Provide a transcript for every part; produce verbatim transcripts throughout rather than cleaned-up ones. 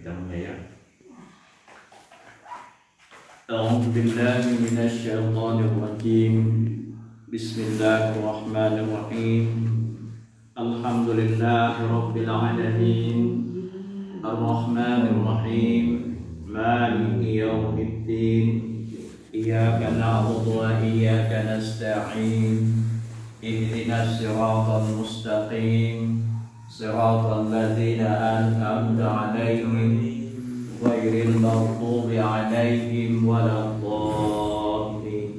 Kita ya. A'udzu billahi minasy syaithanir rajim. Bismillahirrahmanirrahim. Alhamdulillahirabbil alamin. Arrahmanir rahim. Maliki yaumiddin. Iyyaka na'budu wa iyyaka nasta'in. Ihdinas siratal mustaqim. Siratal ladzina an'amta 'alaihim ghairil maghdubi 'alaihim waladdallin.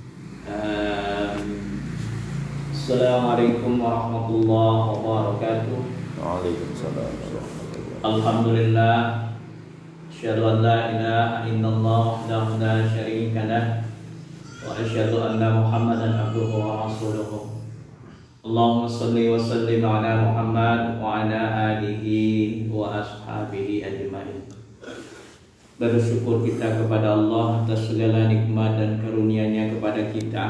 Assalamualaikum warahmatullahi wabarakatuh. Waalaikumsalam warahmatullahi wabarakatuh. Alhamdulillah, asyhadu an la ilaha illallah wahdahu la syarika lah wa asyhadu anna Muhammadan abduhu wa rasuluhu. Allahumma salli wa sallim ala Muhammad wa ala alihi wa ashabihi ajma'in. Bersyukur kita kepada Allah atas segala nikmat dan karunia-Nya kepada kita.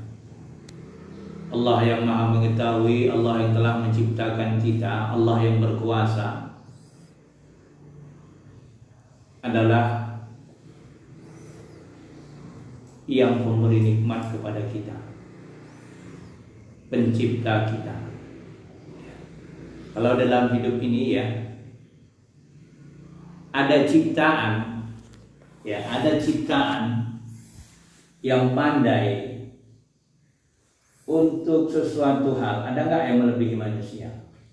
Allah yang Maha mengetahui, Allah yang telah menciptakan kita, Allah yang berkuasa adalah yang memberi nikmat kepada kita, pencipta kita. Kalau dalam hidup ini ya ada ciptaan, ya ada ciptaan yang pandai untuk sesuatu hal. Ada nggak yang melebihi manusia?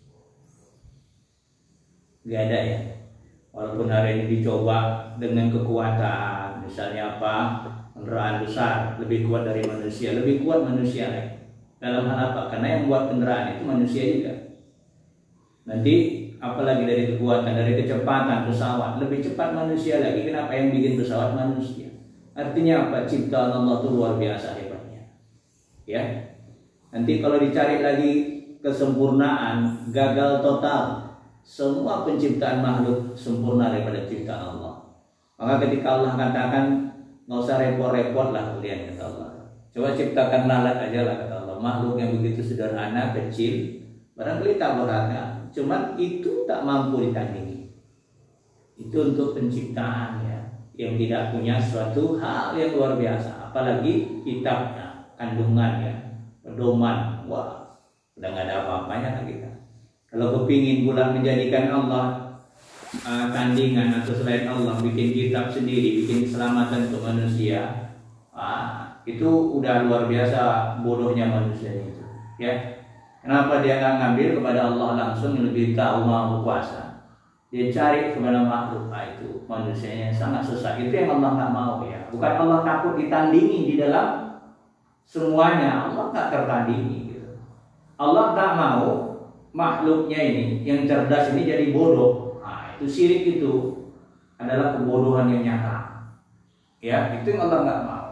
Gak ada ya. Walaupun hari ini dicoba dengan kekuatan, misalnya apa, kendaraan besar lebih kuat dari manusia, lebih kuat manusia ya. Dalam hal apa? Karena yang buat kendaraan itu manusia juga. Nanti apalagi dari kekuatan, dari kecepatan pesawat lebih cepat manusia lagi. Kenapa yang bikin pesawat manusia? Artinya apa? Ciptaan Allah itu luar biasa hebatnya. Ya. Nanti kalau dicari lagi kesempurnaan, gagal total. Semua penciptaan makhluk sempurna daripada ciptaan Allah. Maka ketika Allah katakan, nggak usah repot-repot lah kalian, kata Allah. Coba ciptakan lalat aja lah, kata Allah. Makhluk yang begitu sederhana, kecil, barangkali tak berharga, cuman itu tak mampu ditandingi. Itu untuk penciptaan ya, yang tidak punya suatu hal yang luar biasa. Apalagi kitabnya, kandungannya, pedoman, wah, udah nggak ada apa-apanya lah kita. Kalau kepingin pula menjadikan Allah uh, tandingan atau selain Allah, bikin kitab sendiri, bikin keselamatan untuk manusia, ah, itu udah luar biasa bodohnya manusia itu. Ya, kenapa dia nggak ngambil kepada Allah langsung yang lebih tahu Maha Kuasa? Dia cari kepada makhluk, ah, itu manusianya sangat susah. Itu yang Allah nggak mau ya. Bukan Allah takut ditandingi di dalam semuanya, Allah nggak tertandingi. Gitu. Allah tak mau makhluknya ini yang cerdas ini jadi bodoh. Nah, itu syirik, itu adalah kebodohan yang nyata. Ya, itu yang Allah nggak mau.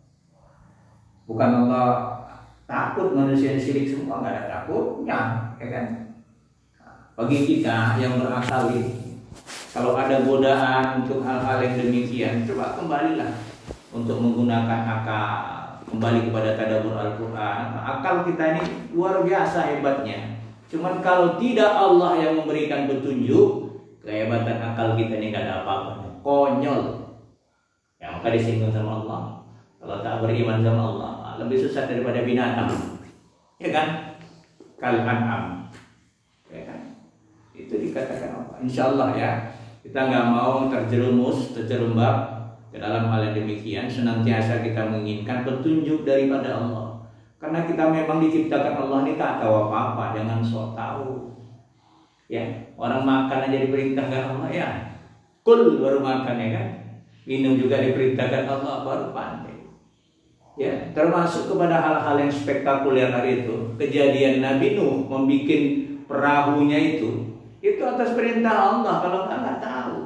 Bukan Allah takut manusia syirik semua, nggak ada takutnya, ya kan? Bagi kita yang berakal ini, kalau ada godaan untuk hal-hal yang demikian, coba kembalilah untuk menggunakan akal, kembali kepada tadabbur Al-Quran. Akal kita ini luar biasa hebatnya. Cuman kalau tidak Allah yang memberikan petunjuk, kehebatan akal kita ini gak ada apa-apa, konyol. Ya, maka disinggung sama Allah. Kalau tak beriman sama Allah, lebih sesat daripada binatang. Ya kan? Kal-an'am. Ya kan? Itu dikatakan apa? Insya Allah ya, kita nggak mau terjerumus, terjerembab ke dalam hal yang demikian. Senantiasa kita menginginkan petunjuk daripada Allah. Karena kita memang diciptakan Allah ini tak tahu apa-apa, jangan sok tahu. Ya, orang makan aja diperintahkan Allah ya. Kul baru makan ya kan. Minum juga diperintahkan Allah baru pandai. Ya, termasuk kepada hal-hal yang spektakuler hari itu. Kejadian Nabi Nuh membuat perahunya itu, itu atas perintah Allah. Kalau nggak nggak tahu.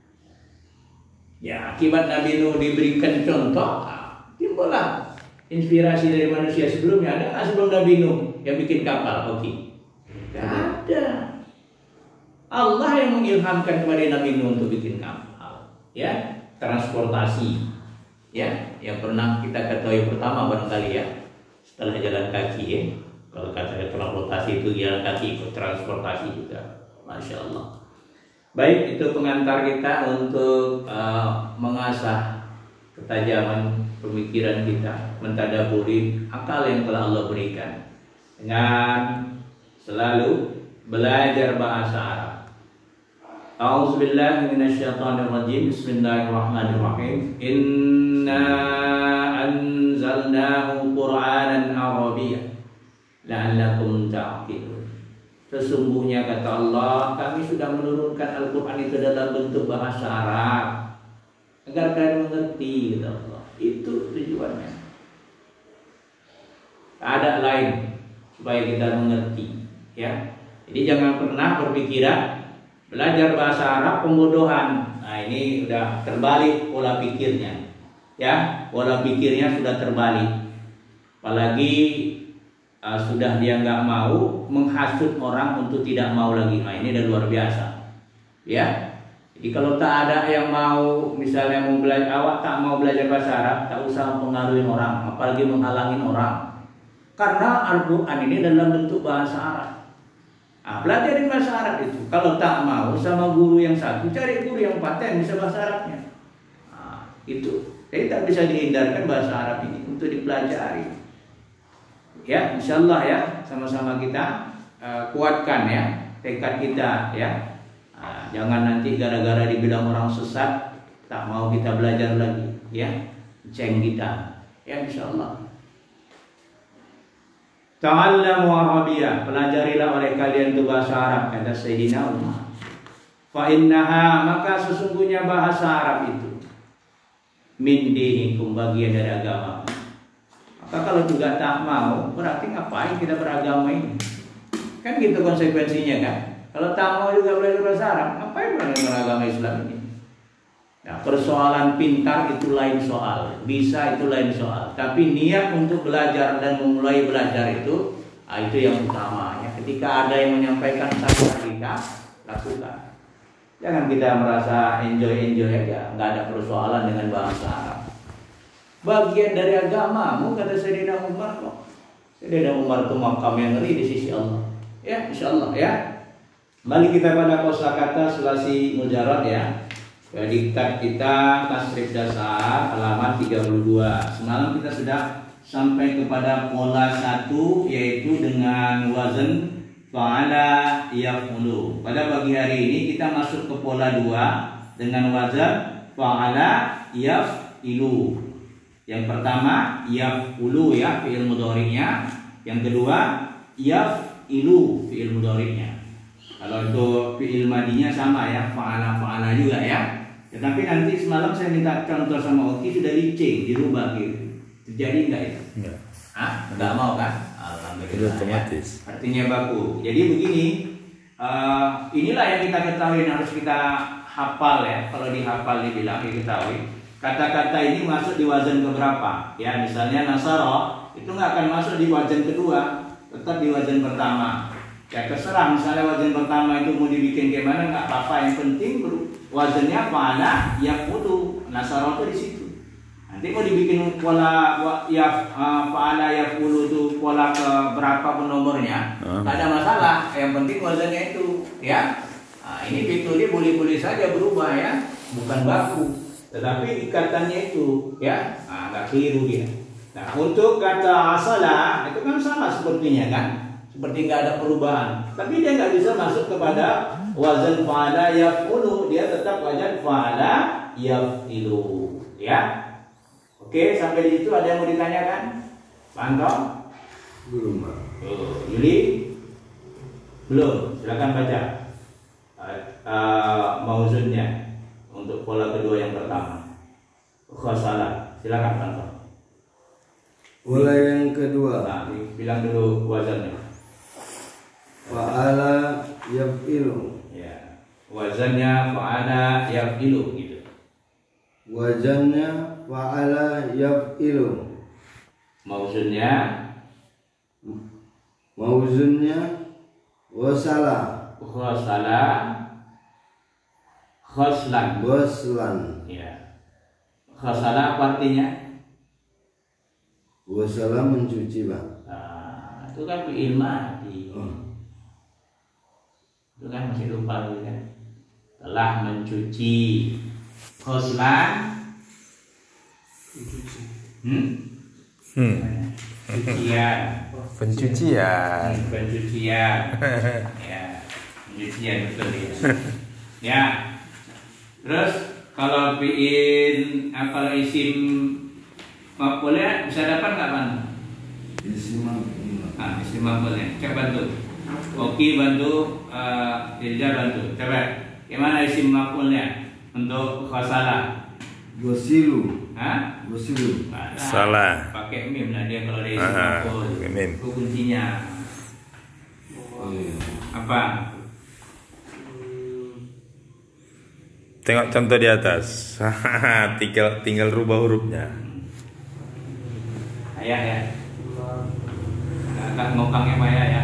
Ya, akibat Nabi Nuh diberikan contoh, timbullah inspirasi dari manusia sebelumnya. Ada nggak sebelum Nabi Nuh yang bikin kapal? Oke, nggak ada. Allah yang mengilhamkan kepada Nabi Nuh untuk bikin kapal, ya, transportasi, ya, yang pernah kita ketahui pertama barangkali ya, setelah jalan kaki ya. Kalau kata transportasi itu jalan kaki ikut transportasi juga, masya Allah. Baik, itu pengantar kita untuk uh, mengasah ketajaman pemikiran kita, mentadaburi akal yang telah Allah berikan dengan selalu belajar bahasa Arab. A'udzubillahi minasyaitonirrajim. Bismillahirrahmanirrahim. Inna anzalnahu Qur'anan Arabiyyan la'allakum ta'qilun. Sesungguhnya kata Allah, kami sudah menurunkan Al-Qur'an itu dalam bentuk bahasa Arab agar kalian mengerti, kata Allah. Itu tujuannya. Ada lain supaya kita mengerti, ya. Jadi jangan pernah berpikiran belajar bahasa Arab pembodohan. Nah, ini udah terbalik pola pikirnya. Ya, pola pikirnya sudah terbalik. Apalagi uh, sudah dia nggak mau menghasut orang untuk tidak mau lagi. Nah, ini udah luar biasa. Ya. Jadi kalau tak ada yang mau, misalnya mau belajar, awak tak mau belajar bahasa Arab, tak usah mempengaruhi orang, apalagi menghalangi orang. Karena Al-Quran ini dalam bentuk bahasa Arab. Nah, belajarin bahasa Arab itu. Kalau tak mau sama guru yang satu, cari guru yang paten bisa bahasa Arabnya. Nah, itu. Jadi tak bisa dihindarkan bahasa Arab ini untuk dipelajari. Ya, insya Allah ya, sama-sama kita uh, kuatkan ya tekad kita ya. Nah, jangan nanti gara-gara dibilang orang sesat tak mau kita belajar lagi ya, ceng kita ya, insya Allah. Ta'allamu Arabiyyah, pelajarilah oleh kalian itu bahasa Arab, kata Sayyidina Umar. Fa innaha, maka sesungguhnya bahasa Arab itu min dinikum, bagian dari agama. Maka kalau juga tak mau, berarti ngapain kita beragama ini? Kan gitu konsekuensinya kan? Kalau tak mau juga belajar bahasa Arab, ngapain belajar beragama Islam ini? Nah, persoalan pintar itu lain soal, bisa itu lain soal. Tapi niat untuk belajar dan memulai belajar itu, nah itu yang utama. Ya, ketika ada yang menyampaikan saja kita lakukan. Jangan kita merasa enjoy-enjoy aja, nggak ada persoalan dengan bahasa Arab. Bagian dari agamamu, kata Sayyidina Umar kok. Sayyidina Umar itu makam yang ngeri di sisi Allah. Ya, insya Allah ya. Mari kita pada kosakata sulasi mujarad ya. Ya, diktat kita tasrif dasar halaman tiga puluh dua. Semalam kita sudah sampai kepada pola satu, yaitu dengan wazan fa'ala yaf'ulu. Pada pagi hari ini kita masuk ke pola dua dengan wazan fa'ala yaf'ilu. Yang pertama yaf'ulu ya, fi'il mudhari'nya. Yang kedua yaf'ilu, fi'il mudhari'nya. Kalau untuk fi'il madinya sama ya, fa'ala fa'ala juga ya. Tetapi nanti semalam saya minta contoh sama Oki, sudah dicek, dirubah gitu. Terjadi enggak itu? Enggak. Hah? Enggak mau kan? Alhamdulillah. Otomatis. Ya. Artinya baku. Jadi begini, uh, inilah yang kita ketahui, yang harus kita hafal ya. Kalau dihafal dibilang diketahui. Kata-kata ini masuk di wazan keberapa? Ya, misalnya Nasara itu nggak akan masuk di wazan kedua, tetap di wazan pertama. Ya terserah, misalnya wazan pertama itu mau dibikin gimana nggak apa-apa, yang penting wazannya fa'ala yaf'ulu. Nasara itu di situ. Nanti mau dibikin pola ya fa'ala yaf'ulu itu pola ke berapa pun nomornya, nggak ada masalah. Yang penting wazannya itu, ya. Nah, ini fitur dia boleh-boleh saja berubah ya, bukan baku. Tetapi ikatannya itu, ya, nah, nggak keliru dia. Nah, untuk kata asala itu kan sama sepertinya kan. Seperti nggak ada perubahan, tapi dia nggak bisa masuk kepada wazan fa'ala yaf'ulu, dia tetap wazan fa'ala yaf'ilu, ya. Oke, sampai di situ ada yang mau ditanyakan? Pantau? Belum. Oh, Yuli? Belum. Silakan baca uh, uh, mauzunnya untuk pola kedua yang pertama. Khosalah, silakan pantau. Pola yang kedua. Nah, bilang dulu wazannya. Fa'ala yaf'ilu. Ya. Wazannya fa'ala yaf'ilu gitu. Wazannya fa'ala yaf'ilu. Mauzunnya Mauzunnya wasala. khosala khoslan. Waslan. Ya. Khosala apa artinya? Wasala mencuci, Bang. Nah, itu kan fi'il madi. Oh. Itu kan masih lupa gitu kan. telah mencuci. Ghuslan hmm? Hmm. Cucian. Pencucian. Pencucian. Ya, pencucian betul ya. Ya. Terus kalau fi'il kalau isim maf'ulnya bisa dapat nggak Bang? Isim maf'ul. Ah, isim maf'ulnya. Coba bantu. Oki bantu, uh, Irja bantu. Coba. Gimana isim maf'ulnya untuk ghasala? Gosilu. Hah? Gosilu. Nah, Salah. pakai mim lah dia kalau ada isim Ah, maf'ul. mim. Itu kuncinya. Oh, iya. Apa? Tengok contoh di atas. tinggal tinggal rubah hurufnya. Ayah ya. Agak ngokangnya payah ya.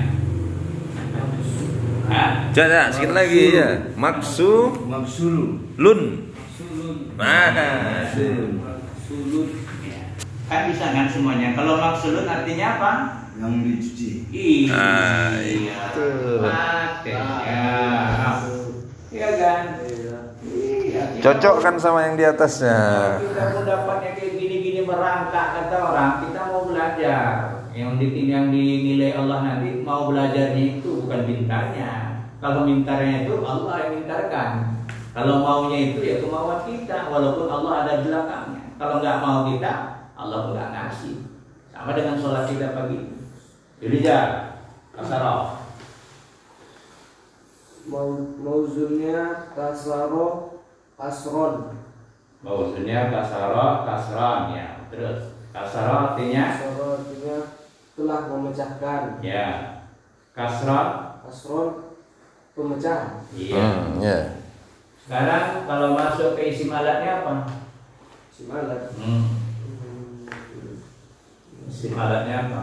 Hah? Jangan, sedikit lagi ya. Maksu Maksulu. lun. Sulun. Nah, Sulun. Ya. Kan bisa kan semuanya. Kalau maksulun artinya apa? Yang dicuci. Iya. Ah, Iya. itu. Mate. Ya. Iya kan? Iya. Cocok kan sama yang di atasnya. Kita mau dapatnya kayak gini-gini merangkak kata orang. Kita mau belajar. Yang di yang dinilai Allah nanti mau belajarnya itu bukan pintarnya. Kalau pintarnya itu Allah yang pintarkan. Kalau maunya itu ya kemauan kita, walaupun Allah ada di belakangnya. Kalau nggak mau kita, Allah nggak ngasih. Sama dengan sholat kita pagi. Jadi ya, kasarah. Mau mauzunnya kasaro kasron. Maksudnya kasarah, kasran ya. Terus kasarah artinya Kasaro artinya telah memecahkan. ya. Kasrah, Kasron pemecah. iya. Hmm, ya. Sekarang kalau masuk ke isim alatnya apa? Simalat. Hmm. Isim alatnya apa?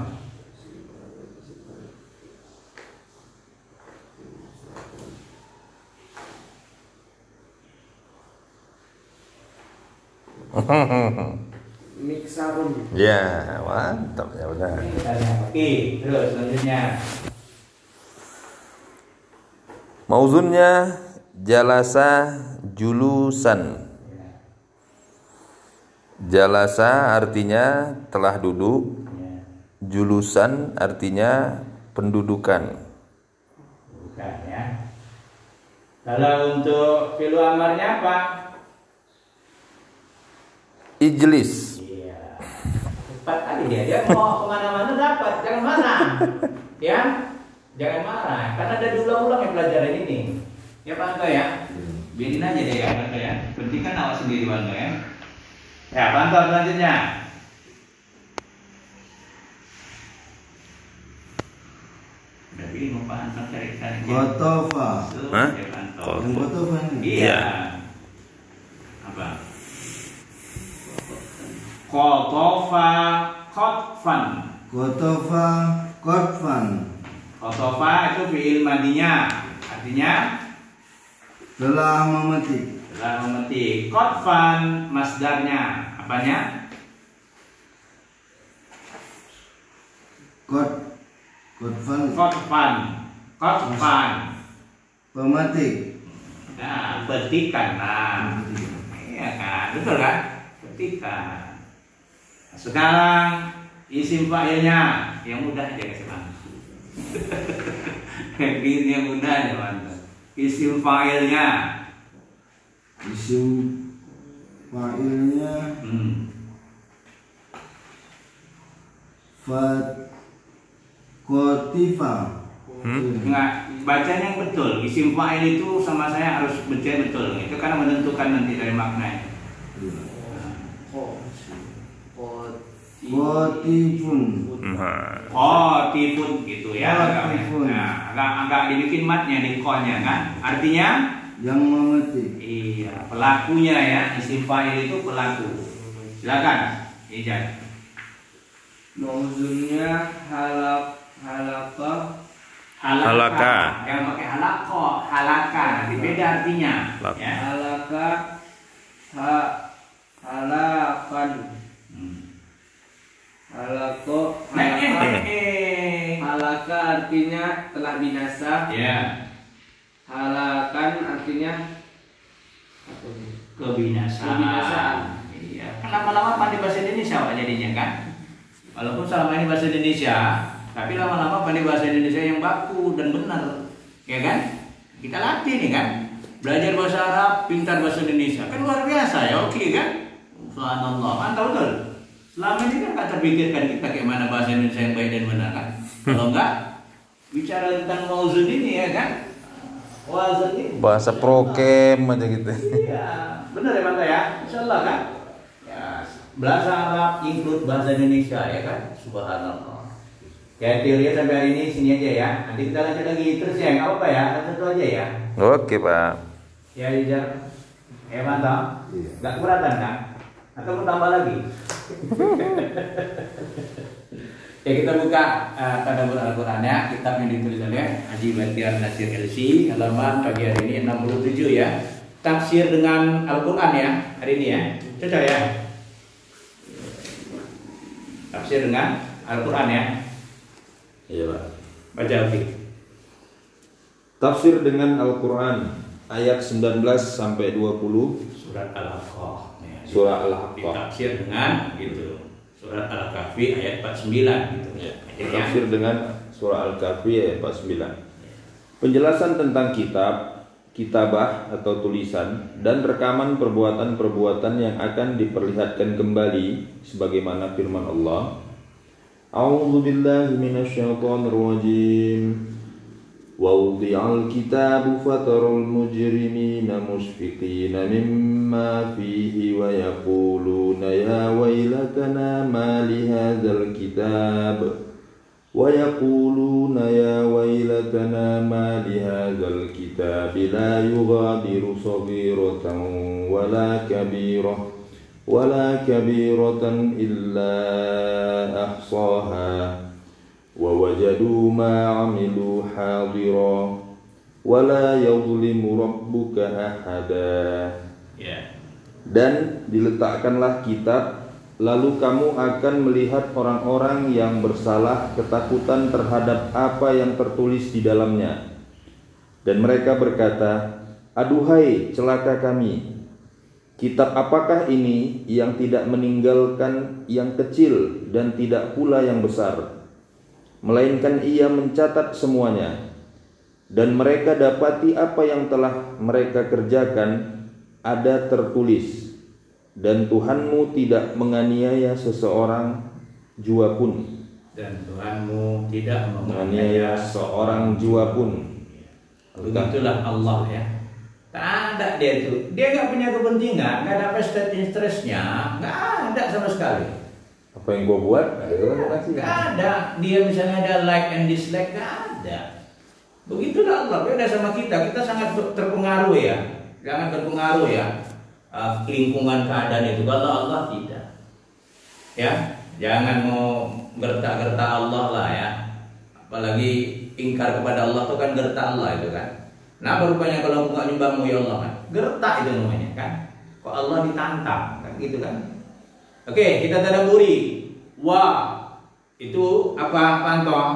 Miksarun. Ya, mantap ya benar. Oke, terus selanjutnya. Mauzunnya jalasa julusan. Jalasa artinya telah duduk. Ya, Julusan artinya pendudukan. bukan ya. Kalau untuk fi'il amarnya apa? Ijlis. Iya. Cepat kali dia. Dia mau kemana-mana dapat. Jangan marah. Ya, jangan marah. Karena ada diulang-ulang ya pelajaran ini. Ya Pak Anto ya. Biarin aja deh ya Pak Anto ya. Penting kan awak sendiri Pak Anto ya. Ya Pak Anto selanjutnya. Udah bingung Pak Anto cari-cari. Kotofa. Tuh, Hah? ya, Pak Anto. Kotofa. Yang kotofa ini. Iya. Iya. Apa? Kotofa kotfan. Kotofa kotfan. Kotofa itu fi'il madinya. Artinya Telah memetik. telah memetik. Kotfan masdarnya. Apanya? Kot Kotfan. Kotfan. Kotfan. Pemetik. Nah, petikan. Nah, iya kan? Betul kan? Petikan. Nah, sekarang isim fa'ilnya yang mudah aja kasih langsung. Ini yang mudah ya mantap. Isim fa'ilnya. Isim fa'ilnya Hmm. Fat Kotifa. Hmm? Enggak, bacanya yang betul. Isim fa'il itu sama saya harus baca betul. Itu karena menentukan nanti dari maknanya. Ko. Koti. Kotifun. Nah, Oh, tipun gitu ya. Agak, Kotifun. nah, agak, agak dibikin matnya di konya kan. Artinya Yang memetik. iya, pelakunya ya. Isim fa'il itu pelaku. Silakan. Ijaz. Mauzunnya halak halaka. Halaka. Halaka. Yang pakai halako, halaka. Nanti beda artinya. Lak. Ya. Halaka ha halakan. Hmm. Halako Nah, eh, halaka. eh, eh. Halaka artinya telah binasa. Ya. Halakan artinya Kebinasaan. Kebinasaan. Iya. Kan lama-lama pandai bahasa Indonesia Pak jadinya kan. Walaupun selama ini bahasa Indonesia, tapi lama-lama pandai bahasa Indonesia yang baku dan benar, ya kan? Kita latih nih kan. Belajar bahasa Arab, pintar bahasa Indonesia, kan luar biasa ya, oke kan? Subhanallah, mantap betul. Selama ini kan tak terpikirkan kita kayak mana bahasa Indonesia yang baik dan benar kan? Kalau enggak, bicara tentang mauzun ini ya kan? Wazan ini. Bahasa prokem aja gitu. Iya, benar ya Bang ya? Insyaallah kan? Ya, bahasa Arab include bahasa Indonesia ya kan? Subhanallah. Ya teorinya sampai hari ini sini aja ya. Nanti kita lanjut lagi terus ya, nggak apa-apa ya, satu aja ya. Oke, Pak. Ya Ijar, eh mantap. Iya. Nggak keberatan kan? Atau mau tambah lagi? Ya kita buka uh, tadabbur Al-Qur'annya, kitab yang ditulis oleh Haji Batiar Nasir L C, halaman pagi hari ini enam puluh tujuh ya. Tafsir dengan Al-Qur'an ya hari ini ya. Cocok ya. Tafsir dengan Al-Qur'an ya. Iya, Pak. Baca Alfi. Tafsir dengan Al-Qur'an ayat sembilan belas sampai dua puluh Surat Al-Haqqah. Ya, surah Al-Haqqah. ditafsir dengan gitu. Surat Al-Kahfi ayat empat puluh sembilan gitu. Ya. Ya. Tafsir dengan surah Al-Kahfi ayat empat puluh sembilan. Penjelasan tentang kitab, kitabah atau tulisan dan rekaman perbuatan-perbuatan yang akan diperlihatkan kembali sebagaimana firman Allah. A'udzu billahi minasyaitonir rajim. وَوُضِعَ الْكِتَابُ فَتَرَى الْمُجْرِمِينَ مُشْفِقِينَ مِمَّا فِيهِ وَيَقُولُونَ يَا وَيْلَتَنَا مَا لِهَذَا الْكِتَابِ وَيَقُولُونَ يَا وَيْلَتَنَا مَا لِهَذَا الْكِتَابِ لَا يُغَادِرُ صَغِيرَةً وَلَا كَبِيرَةً وَلَا كَبِيرَةً إِلَّا أَحْصَاهَا وَوَجَدُوا مَا عَمِلُوا حَاضِرًا وَلَا يَظْلِمُ رَبُّكَ أَحَدًا. Ya. Dan diletakkanlah kitab, lalu kamu akan melihat orang-orang yang bersalah ketakutan terhadap apa yang tertulis di dalamnya. Dan mereka berkata, aduhai celaka kami, kitab apakah ini yang tidak meninggalkan yang kecil dan tidak pula yang besar, melainkan ia mencatat semuanya. Dan mereka dapati apa yang telah mereka kerjakan ada tertulis. Dan Tuhanmu tidak menganiaya seseorang jua pun. Dan Tuhanmu tidak Menganiaya seorang jua pun. Begitulah Allah ya. Tak ada dia itu. Dia nggak punya kepentingan, nggak ada vested interestnya, nggak ada sama sekali. Apa yang gua buat? Nggak ada. Dia misalnya ada like and dislike, nggak ada. Begitulah Allah. Beda sama kita. Kita sangat terpengaruh ya. Jangan terpengaruh ya. Uh, lingkungan keadaan itu. Kalau Allah tidak. Ya, jangan mau gertak-gertak Allah lah ya. Apalagi ingkar kepada Allah itu kan gertak Allah itu kan. Nah, rupanya kalau nggak nyembahmu ya Allah kan. Gertak itu namanya kan. Kok Allah ditantang kan gitu kan. Oke, kita tadabburi. Wa itu apa pantong?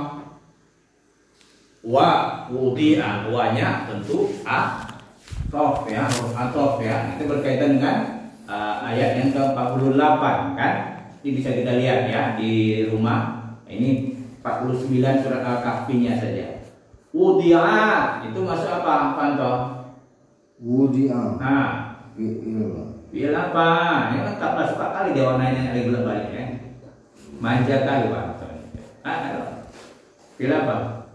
Wa wudi'a, wa-nya tentu atof ya, huruf atof ya. Itu berkaitan dengan uh, ayat yang ke empat puluh delapan kan. Ini bisa kita lihat ya di rumah. Ini empat puluh sembilan surat Al-Kahfi-nya saja. Wudi'a itu masuk apa pantong? Wudi'a. Nah, Iya. Fi'il apa? Ini kan tak masuk kali dia warnanya lagi bolak balik ya. Manja kali Pak. Ah, fi'il apa?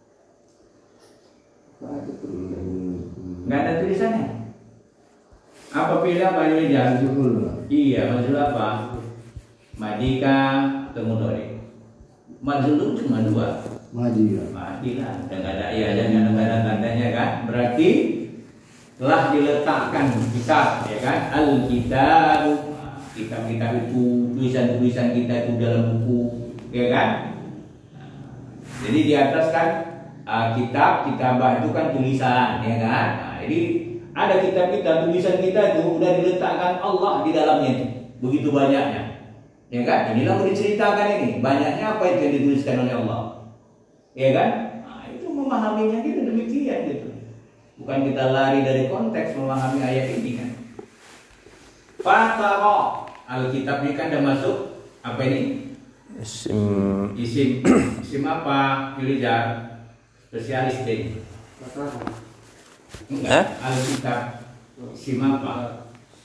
Nggak ada tulisannya. Apa fi'il apa ini jangan? Iya, maksud apa? Madika atau mudhari. Maksud itu cuma dua. Madilah. Madilah. Dan nggak ada iya dan nggak ada tanda-tandanya kan? Berarti telah diletakkan kitab ya kan, al-kitab, kitab-kitab itu tulisan-tulisan kita itu dalam buku ya kan. Jadi di atas kan uh, kitab, kitabah itu kan tulisan ya kan. Nah, jadi ada kitab-kitab tulisan kita itu udah diletakkan Allah di dalamnya itu begitu banyaknya ya kan. Inilah mau diceritakan ini banyaknya apa itu yang dituliskan oleh Allah ya kan. Nah, itu memahaminya gitu demikian gitu. Bukan kita lari dari konteks memahami ayat ini kan. Fatara, Alkitab ini kan udah masuk apa ini? Isim Isim, isim apa? Yulizar, spesialis deh. Enggak, Alkitab isim apa?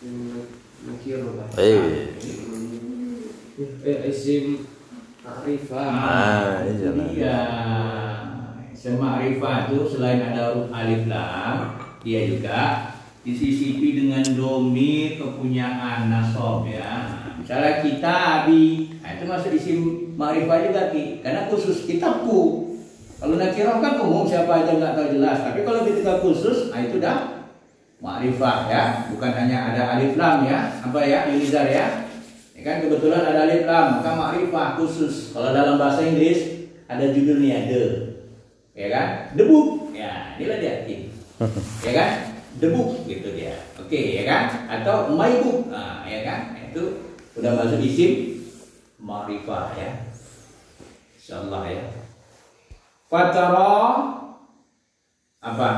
Eh, Eh, isim ma'rifah. Ah, iya. itu dia. Isim ma'rifah itu selain ada huruf alif lam, dia juga disisipi dengan domir kepunyaan nasab ya. Misalnya kita abi, nah, itu masuk isim ma'rifah juga ki, karena khusus kitabku. Kalau nakirah kan umum siapa aja nggak tahu jelas, tapi kalau ketika khusus, nah itu dah ma'rifah ya, bukan hanya ada alif lam ya, apa ya, Yulizar ya. Ya kan kebetulan ada alif lam, maka ma'rifah khusus. Kalau dalam bahasa Inggris ada judulnya the, ya kan, the book, ya inilah dia, ya kan, the book gitu dia, oke ya kan, atau my book, nah, ya kan, itu udah masuk isim ma'rifah ya, insyaallah ya. Fatara apa?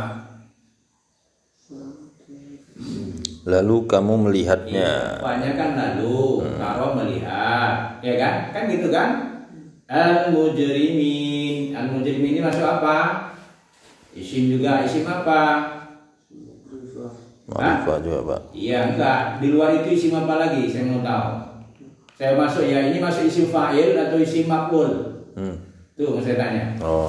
lalu kamu melihatnya. Banyak kan lalu, taro melihat, ya kan? Kan gitu kan? Al-mujrimin, al-mujrimin ini masuk apa? Isim juga, isim apa? Ma'rifah juga, Pak. Iya enggak, di luar itu isim apa lagi? Saya mau tahu. Saya masuk ya, ini masuk isim fa'il atau isim maf'ul? Hmm. Tuh mau saya tanya. Oh,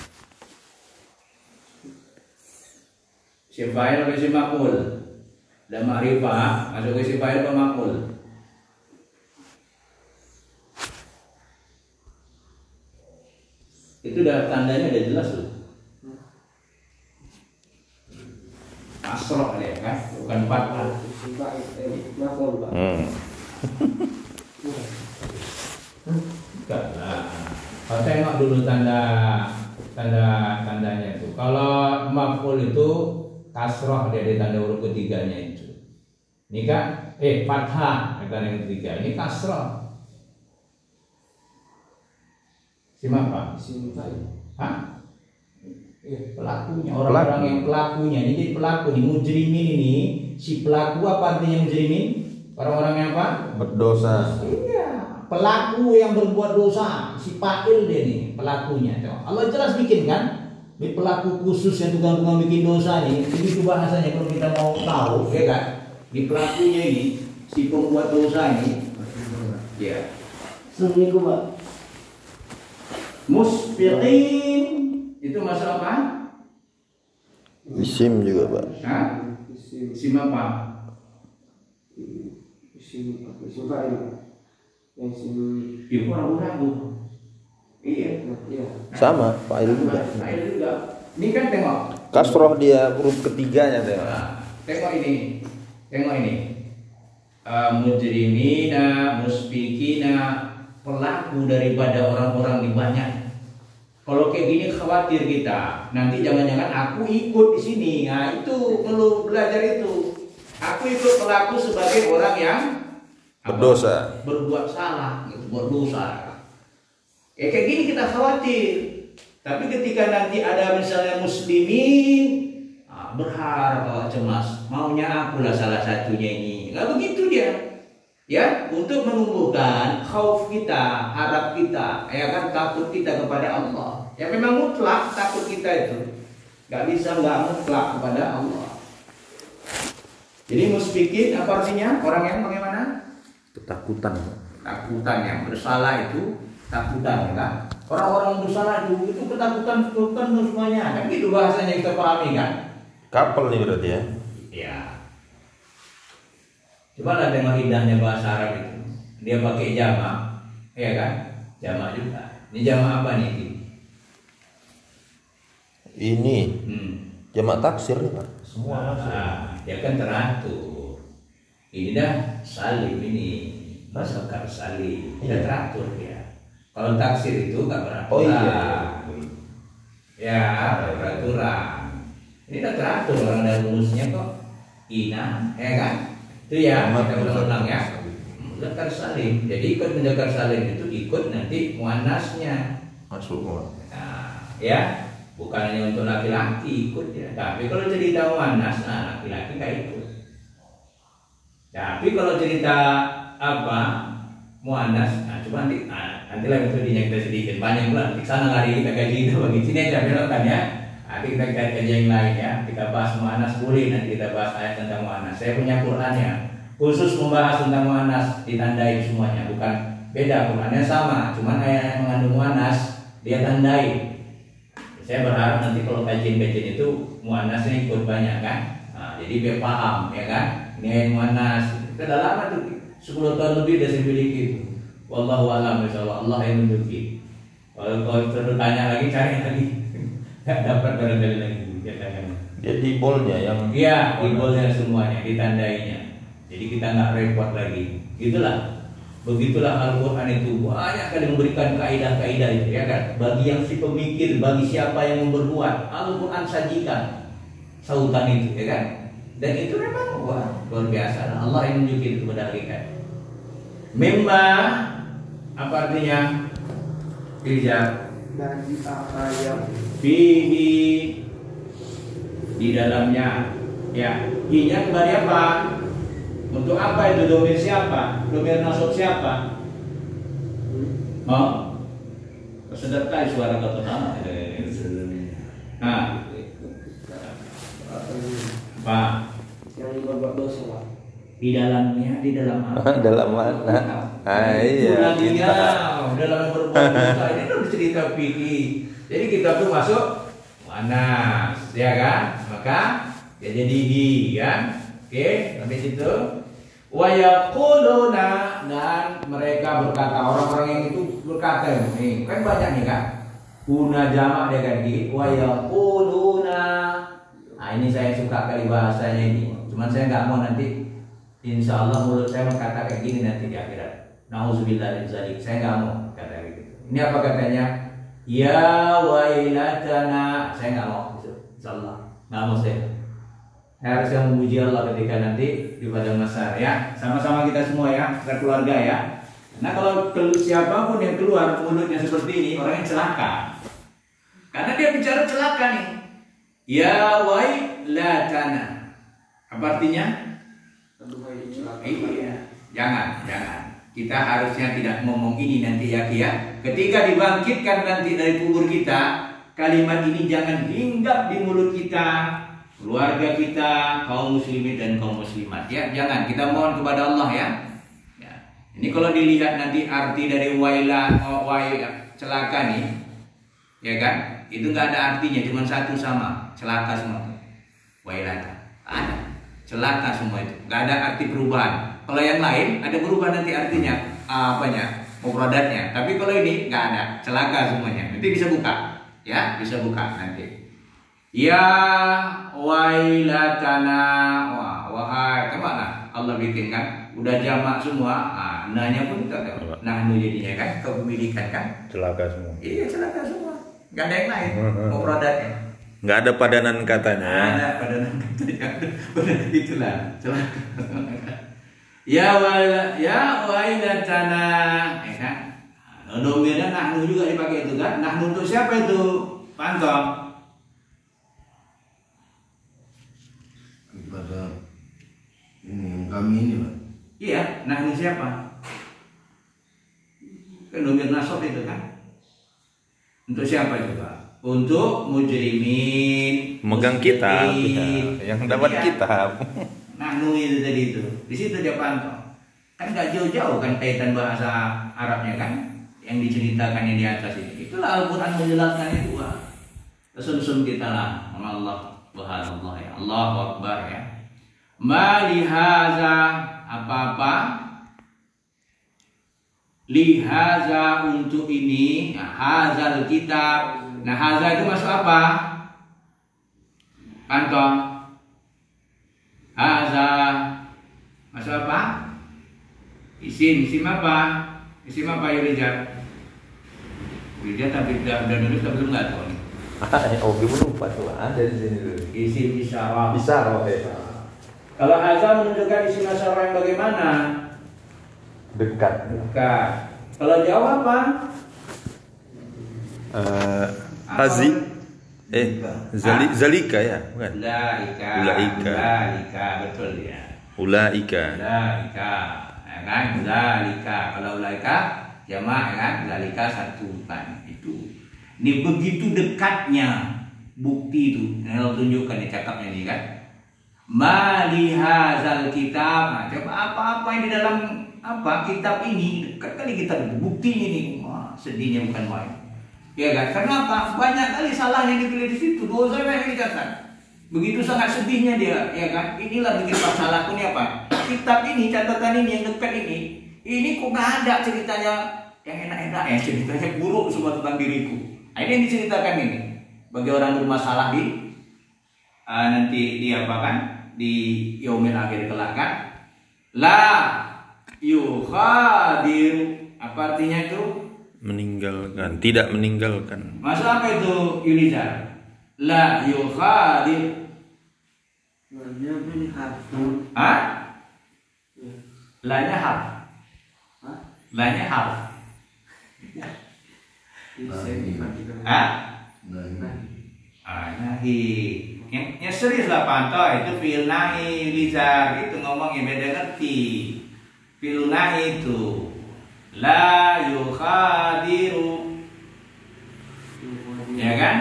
Isim fa'il atau isim maf'ul? Dan ma'rifah masuk ke isim fa'il atau maf'ul? Itu udah tandanya udah jelas loh. Asroh ya kan, bukan fathah. hmm. Enggak lah. Kalau tengok dulu tanda tanda tandanya itu. Kalau maf'ul itu kasroh dia di tanda huruf ketiganya itu. Ini kan eh fathah tanda yang ketiga. Ini kasroh. Siapa? Hah? Pelakunya, orang-orang yang pelakunya. Ini jadi pelaku nih, mujrimin ini. Si pelaku apa artinya mujrimin? Orang-orang yang apa? Berdosa. Iya, pelaku yang berbuat dosa, si fa'il dia nih, pelakunya. Allah jelas bikin kan? Ini pelaku khusus yang tukang-tukang bikin dosa nih. Ini tuh bahasanya kalau kita mau tahu, ya kan? Di pelakunya ini, si pembuat dosa ini. Ya. Seminggu Pak. Musfiqin itu masuk apa? Isim juga, Pak. Hah? Isim apa? Isim apa? Isim fa'il. Yang isim Ibu ragu-ragu. Iya. iya. Sama, fa'il juga. Fa'il juga. Ini kan tengok. Kasroh dia huruf ketiganya, tengok. Nah, tengok ini. Tengok ini. Uh, mujrimina, musfikina, pelaku daripada orang-orang di banyak. Kalau kayak gini khawatir kita, nanti jangan-jangan aku ikut di sini. Nah itu perlu belajar itu. Aku ikut pelaku sebagai orang yang apa? Berdosa. Berbuat salah, gitu, berdosa. Ya kayak gini kita khawatir. Tapi ketika nanti ada misalnya muslimin, nah, berharap cemas, maunya akulah salah satunya ini. Nggak begitu dia. Ya, untuk menumbuhkan khauf kita, harap kita, ya kan, takut kita kepada Allah. Ya memang mutlak takut kita itu, nggak bisa nggak mutlak kepada Allah. Jadi musfikin apa artinya? Orang yang bagaimana? Ketakutan. Takutan, yang bersalah itu takutan, ya kan? Orang-orang bersalah itu itu ketakutan, ketakutan semuanya. Kan gitu bahasanya kita pahami kan? Kapal nih berarti ya. Ya. Coba lah tengok indahnya bahasa Arab itu. Dia pakai jamak, ya kan? Jamak juga. Ini jamak apa nih? Ini Hmm. jamak taksir nih, Pak. Semua masuk. Nah, dia kan teratur. Ini dah salim ini, masukkan salim. Tidak teratur dia. Kalau taksir itu nggak beraturan. Oh iya. Ya, nggak beraturan. Ini dah teratur orang ada rumusnya kok. Ina, ya kan? Itu ya, kita ulang-ulang ya. Mudzakkar salim. Jadi ikut mudzakkar salim itu ikut nanti muannasnya. Masuk. Nah, ya. Bukan hanya untuk laki-laki ikut ya. Tapi kalau cerita muannas, nah laki-laki nggak ikut. Tapi kalau cerita apa muannas, nah coba nanti, nah, nanti lagi studinya kita sedikit banyak pula. Di sana hari kita kaji itu bagi sini aja belokkan ya. Nanti kita kaji yang lain ya. Kita bahas muannas boleh, nanti kita bahas ayat tentang muannas. Saya punya Qurannya khusus membahas tentang muannas, ditandai semuanya. Bukan beda, Qurannya sama, cuman ayat yang mengandung muannas dia tandai. Saya berharap nanti kalau kajian-kajian itu muannasnya ikut banyak kan, nah, jadi biar paham ya kan. Ini ayat muannas, kita udah lama tuh sepuluh tahun lebih dari saya miliki itu. Wallahu a'lam bishawab, Allah yang menunjuki. Kalau kau terus tanya lagi, cari lagi, nggak dapat barangkali lagi. Jadi bolnya yang iya, di bolnya semuanya, ditandainya. Jadi kita nggak repot lagi. Gitulah. Begitulah Al-Quran itu banyak kali memberikan kaidah-kaidah itu ya kan. Bagi yang si pemikir, bagi siapa yang memperbuat, Al-Quran sajikan sautan itu ya kan. Dan itu memang wah, luar biasa. Allah yang menunjukin itu kepada kita. Mimma apa artinya? Ijab. Dari apa yang Fihi di dalamnya ya. Inya kembali apa? Untuk apa itu domir siapa? Domir nasab siapa? Oh, sedekah suara kata nama. Nah, apa? yang berbuat dosa Pak. Di dalamnya, di dalam apa? dalam mana? Ah, iya. Dia dalam berbuat dosa ini kan cerita fikih. Jadi kita tuh masuk mana, ya kan? Maka ya jadi di kan? Oke, sampai situ. Wa yaquluna, dan mereka berkata, orang-orang yang itu berkata, nih kan banyak nih kan. Guna jamak dia kan di wa yaquluna. Nah, ini saya suka kali bahasanya ini. Cuman saya nggak mau nanti insya Allah mulut saya berkata kayak gini nanti di akhirat. Nauzubillah min dzalik. Saya nggak mau kata gitu. Ini apa katanya? Ya wailatana. Saya nggak mau gitu. Insya Allah nggak mau saya. Saya harus yang memuji Allah ketika nanti di padang mahsyar ya. Sama-sama kita semua ya, keluarga ya. Nah kalau siapapun yang keluar mulutnya seperti ini, orang yang celaka. Karena dia bicara celaka nih. Ya wailatana. Apa artinya? Aduhai celaka. Iya. Jangan, jangan. Kita harusnya tidak ngomong ini nanti ya Kia. Ketika dibangkitkan nanti dari kubur kita, kalimat ini jangan hinggap di mulut kita, keluarga kita, kaum muslimin dan kaum muslimat ya. Jangan, kita mohon kepada Allah ya. Ya. Ini kalau dilihat nanti arti dari waila, oh, waila celaka nih, ya kan? Itu nggak ada artinya, cuma satu sama, celaka semua. Wailata, ada, celaka semua itu, nggak ada arti perubahan. Kalau yang lain ada berubah nanti artinya, apanya, mufradatnya. Tapi kalau ini nggak ada, celaka semuanya. Nanti bisa buka, ya, bisa buka nanti. Ya wailatana, wah, wahai, kemana Allah bikin kan? Udah jamak semua, ah, nanya pun kita tahu. Nah, nu jadinya kan kepemilikan kan? Celaka semua. Iya, celaka semua. Gak ada yang lain. Mau produknya. Nggak ada padanan katanya. Ada padanan katanya. Itulah celaka. Ya wal, ya wailatana, ya kan? Domirnya nahnu juga dipakai itu kan? Nahnu untuk siapa itu? Pantong. Kepada ini yang kami ini Pak. Iya, nahnu siapa? Kan domir nasab itu kan? Untuk siapa juga? Untuk mujrimin, Megang kitab, muslimin. ya, yang dapat Iya. kitab. Nahnu itu tadi itu. Di situ dia pantau. Kan nggak jauh-jauh kan kaitan bahasa Arabnya kan? Yang diceritakan yang di atas ini. Itulah Al-Quran menjelaskan itu. Sun-sun kita lah. Allah. Subhanallah ya. Allahu Akbar ya. Ma lihaza apa-apa lihaza untuk ini, nah, hazal kitab. Nah, haza itu masuk apa? Pantong. Haza masuk apa? Isim, isim apa? Isim apa ya Rijal? Rijal tapi udah udah nulis tapi belum nggak tahu nih. Oh, gimana lupa tuh? Ada di sini dulu. Isim isyarah. Bisa, oke. Kalau haza menunjukkan isim isyarah yang bagaimana? Dekat. Dekat. Kalau jauh apa? Eh, Apa? hazi. Eh, zali, zalika ya, bukan? Ulaika. Ulaika. Ulaika, betul ya. Ulaika. Ulaika, ya kan? Ulaika. Kalau ulaika jamaah, ya kan? Ulaika satu kan. Itu. Ini begitu dekatnya bukti itu. Yang tunjukkan nih cakapnya nih kan. Malihazal kitab. Nah, coba apa-apa yang di dalam apa kitab ini dekat kali kita bukti ini. Wah, sedihnya bukan main. Ya kan? Kenapa? Banyak kali salah yang dipilih di situ. Dosa yang dicatat. Begitu sangat sedihnya dia, ya kan? Inilah bikin masalahku ini apa? Kitab ini, catatan ini yang dekat ini, ini kok nggak ada ceritanya yang enak-enak ya, ceritanya buruk semua tentang diriku. Nah, ini yang diceritakan ini. Bagi orang bermasalah di uh, nanti di apa kan? Di yaumil akhir kelak kan? La yuhadir. Apa artinya itu? Meninggalkan, tidak meninggalkan. Maksud apa itu Yunizar? La yuhadir. Namanya melihat. Hah? Lanya harf. Hah? Lanya harf. Hah? Nah, Ah, nahi. Yang, yang serius lah pantau itu fil nahi Lizar itu ngomongnya beda ngerti. Fil nahi itu la yukhadiru. Ya kan?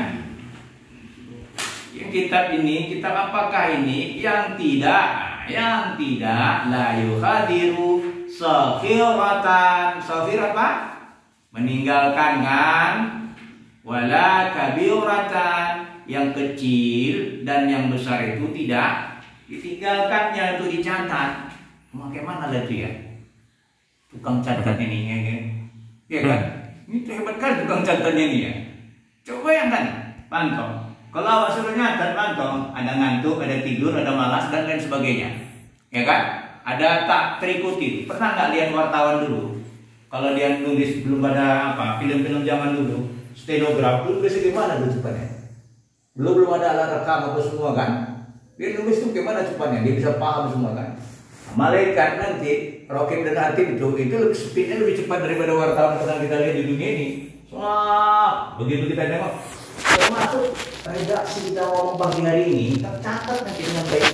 Yang kitab ini, kitab apakah ini? Yang tidak, yang tidak la yukhadiru saghiratan. Saghir apa? Meninggalkan kan? Wala kabiratan, yang kecil dan yang besar itu tidak ditinggalkannya, itu dicatat. Bagaimana lah itu ya? Tukang catat ini ya kan? Ya kan? Ini hebat kan tukang catatnya ini ya. Coba yang kan, pantau. Kalau awak suruh nyatat, pantau. Ada ngantuk, ada tidur, ada malas dan lain sebagainya. Ya kan? Ada tak terikuti. Pernah nggak lihat wartawan dulu? Kalau dia nulis belum ada apa film-film zaman dulu, stenograf dulu biasanya gimana dulu cepatnya? Belum belum ada alat rekam apa semua kan? Dia nulis tuh gimana cepatnya? Dia bisa paham semua kan? Malaikat nanti Rokib dan Atib itu itu lebih speednya lebih cepat daripada wartawan yang kita lihat di dunia ini. Wah, begitu kita tengok, termasuk redaksi kita ngomong pagi hari ini, tercatat nanti dengan baik.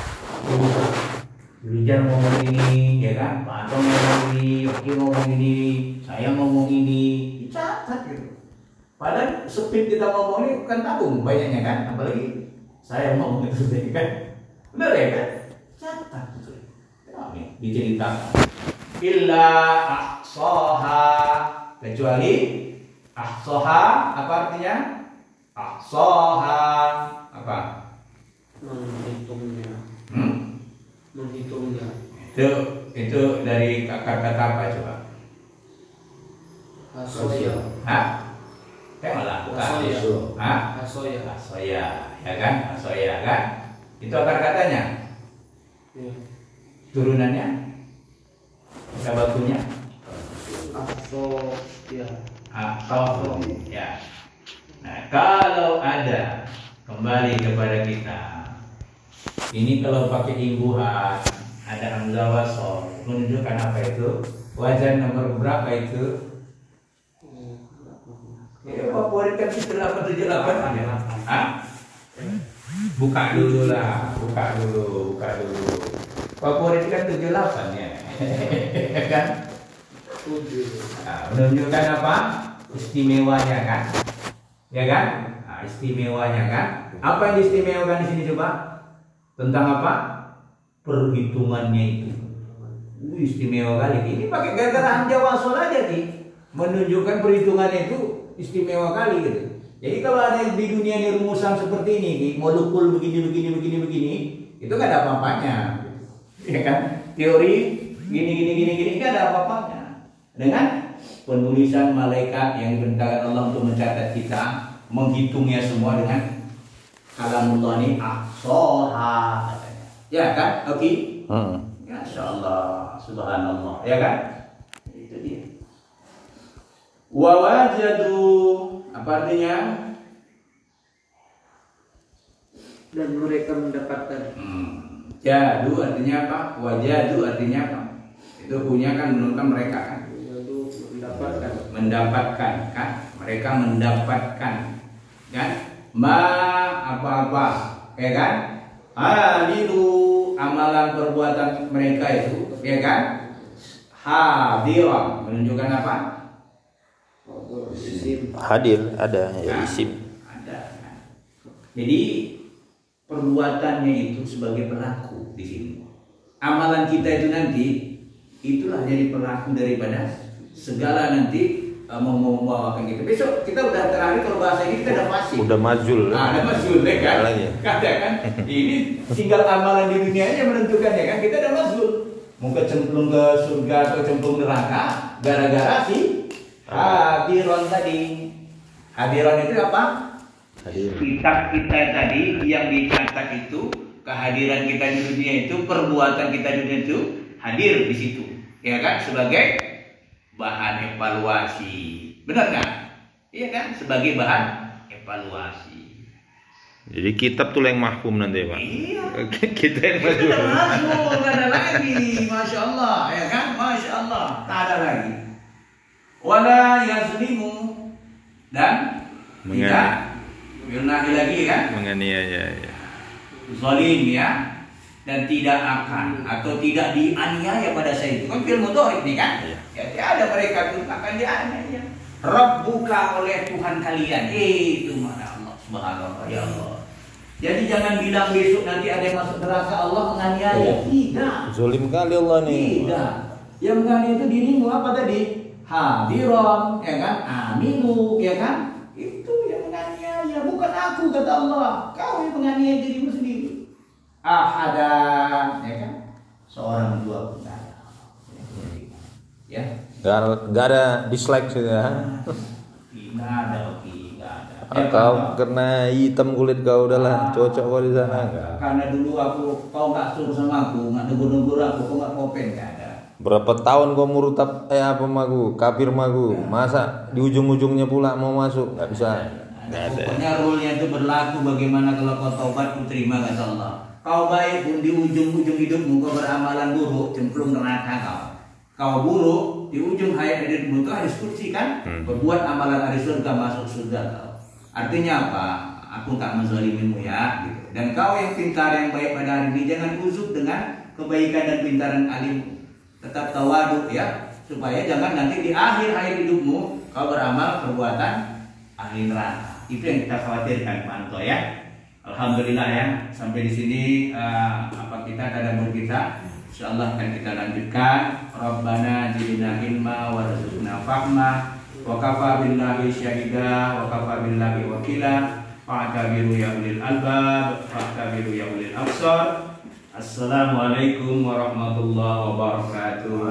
Yulijan ngomong ini, ya kan? Pak Anton ngomong ini, Yoki ngomong ini, saya ngomong ini, dicatat gitu. Padahal speed kita ngomong ini bukan tabung banyaknya kan, apalagi saya ngomong itu sebenarnya kan, benar ya kan? Catat gitu. Ini diceritakan. Illa ahsoha, kecuali ahsoha apa artinya? Ahsoha apa? Menghitungnya. Hmm? Menghitungnya. Itu itu dari kata-kata apa coba? Asoya. Hah? Tengoklah, bukan Asoya. itu. Hah? Asoya. Asoya, ya kan? Asoya kan? Itu akar katanya. Ya. Turunannya? Kata bakunya? Asoya. Asoya. Ya. Nah, kalau ada kembali kepada kita, ini kalau pakai imbuhan ada hamzah wasol menunjukkan apa itu? Wajan nomor berapa itu? Ya, favoritkan delapan tujuh delapan aja. Hah? Buka dulu lah, buka dulu, buka dulu. Favoritkan tujuh delapan ya. Kan? Nah, menunjukkan apa? Istimewanya kan? Ya kan? Nah, istimewanya kan? Apa yang diistimewakan di sini coba? Tentang apa? Perhitungannya itu. Uh, istimewa kali. Ini pakai gara-gara hamzah wasol aja nih. Menunjukkan perhitungannya itu istimewa kali gitu. Jadi kalau ada di dunia ini rumusan seperti ini, nih, molekul begini begini begini begini, itu nggak ada apa-apanya. Ya kan? Teori gini gini gini gini nggak ada apa-apanya. Dengan penulisan malaikat yang diperintahkan Allah untuk mencatat kita, menghitungnya semua dengan kalamullah ini ahsoha. Ya kan? Oke. Okay? Hmm. Masya Allah, subhanallah, ya kan? Itu dia. Wa wajadu, apa artinya? Dan mereka mendapatkan. Hmm. Jadu artinya apa? Wajadu artinya apa? Itu punya kan menurunkan mereka kan? Yaitu mendapatkan. Mendapatkan kan? Mereka mendapatkan kan? ma apa-apa, ya kan? Hadiru amalan perbuatan mereka itu, ya kan? Hadiran menunjukkan apa? Hadir ada ya isim. Ada. Jadi perbuatannya itu sebagai pelaku di sini. Amalan kita itu nanti itulah jadi pelaku daripada segala nanti uh, membawakan kita. Besok kita udah terakhir kalau bahasa ini kita udah masih. Udah majul. Ah, ada majul ya kan? Ya. Kada kan? Ini tinggal amalan di dunia aja menentukan ya kan? Kita udah majul. Mau kecemplung ke surga atau cemplung neraka gara-gara si hadiron tadi. Hadiron itu apa? Hadir. Kitab kita tadi yang dicatat itu, kehadiran kita di dunia itu, perbuatan kita di dunia itu hadir di situ, ya kan? Sebagai bahan evaluasi, benar kan? Iya kan? Sebagai bahan evaluasi. Jadi kitab tuh yang mahfum nanti Pak. Iya. Kita yang maju. Kita masuk, nggak ada lagi, masya Allah, ya kan? Masya Allah, tak ada lagi. Wala yazlimu dan tidak Yunadi lagi kan? Menganiaya ya. Zalim ya, dan tidak akan atau tidak dianiaya pada saya itu kan film motorik nih kan? Iya. Ya tiada mereka itu akan dianiaya. Rabbuka oleh Tuhan kalian, itu mana Allah Subhanahu ya Allah. Jadi jangan bilang besok nanti ada yang masuk neraka Allah menganiaya, Iya. tidak. Zolim kali Allah nih. Tidak. Yang menganiaya itu dirimu apa tadi? Hadiron, ya kan? Aminu, ya kan? Itu yang menganiaya, bukan aku kata Allah. Kau yang menganiaya dirimu sendiri. Ahadan, ya kan? Seorang dua pun tak ada. Ya. Gak, gak ada dislike sih ya. Tidak ada, oke, tidak ada. Ya, Kau Pak. karena hitam kulit kau udahlah cocok kau di sana enggak. Karena dulu aku, kau nggak suruh sama aku, nggak negur-negur aku, kau nggak kopen, nggak ada. Berapa tahun kau murtad eh apa magu, kafir magu. Masa di ujung-ujungnya pula mau masuk? Enggak bisa. Enggak ada. Pokoknya rule-nya itu berlaku bagaimana kalau kau taubat ku terima kata Allah. Kau baik pun di ujung-ujung hidupmu kau beramalan buruk, cemplung neraka kau. Kau buruk di ujung hayat hidupmu itu harus kursi kan? Hmm. Berbuat amalan hari surga masuk surga kau. Artinya apa? Aku tak menzalimimu ya, gitu. Dan kau yang pintar yang baik pada hari ini jangan uzuk dengan kebaikan dan pintaran alimmu. Tetap tawadu ya, supaya jangan nanti di akhir hayat hidupmu kau beramal perbuatan ahli neraka. Itu yang kita khawatirkan, Pak Anto ya. Alhamdulillah ya, sampai di sini uh, apa kita tadabbur kita. Insyaallah akan kita lanjutkan. Rabbana zidna ilma warzuqna fahma wa kafa billahi syahida wa kafa billahi wakila fa'tabiru ya ulil albab fa'tabiru ya ulil absar. Assalamualaikum warahmatullahi wabarakatuh.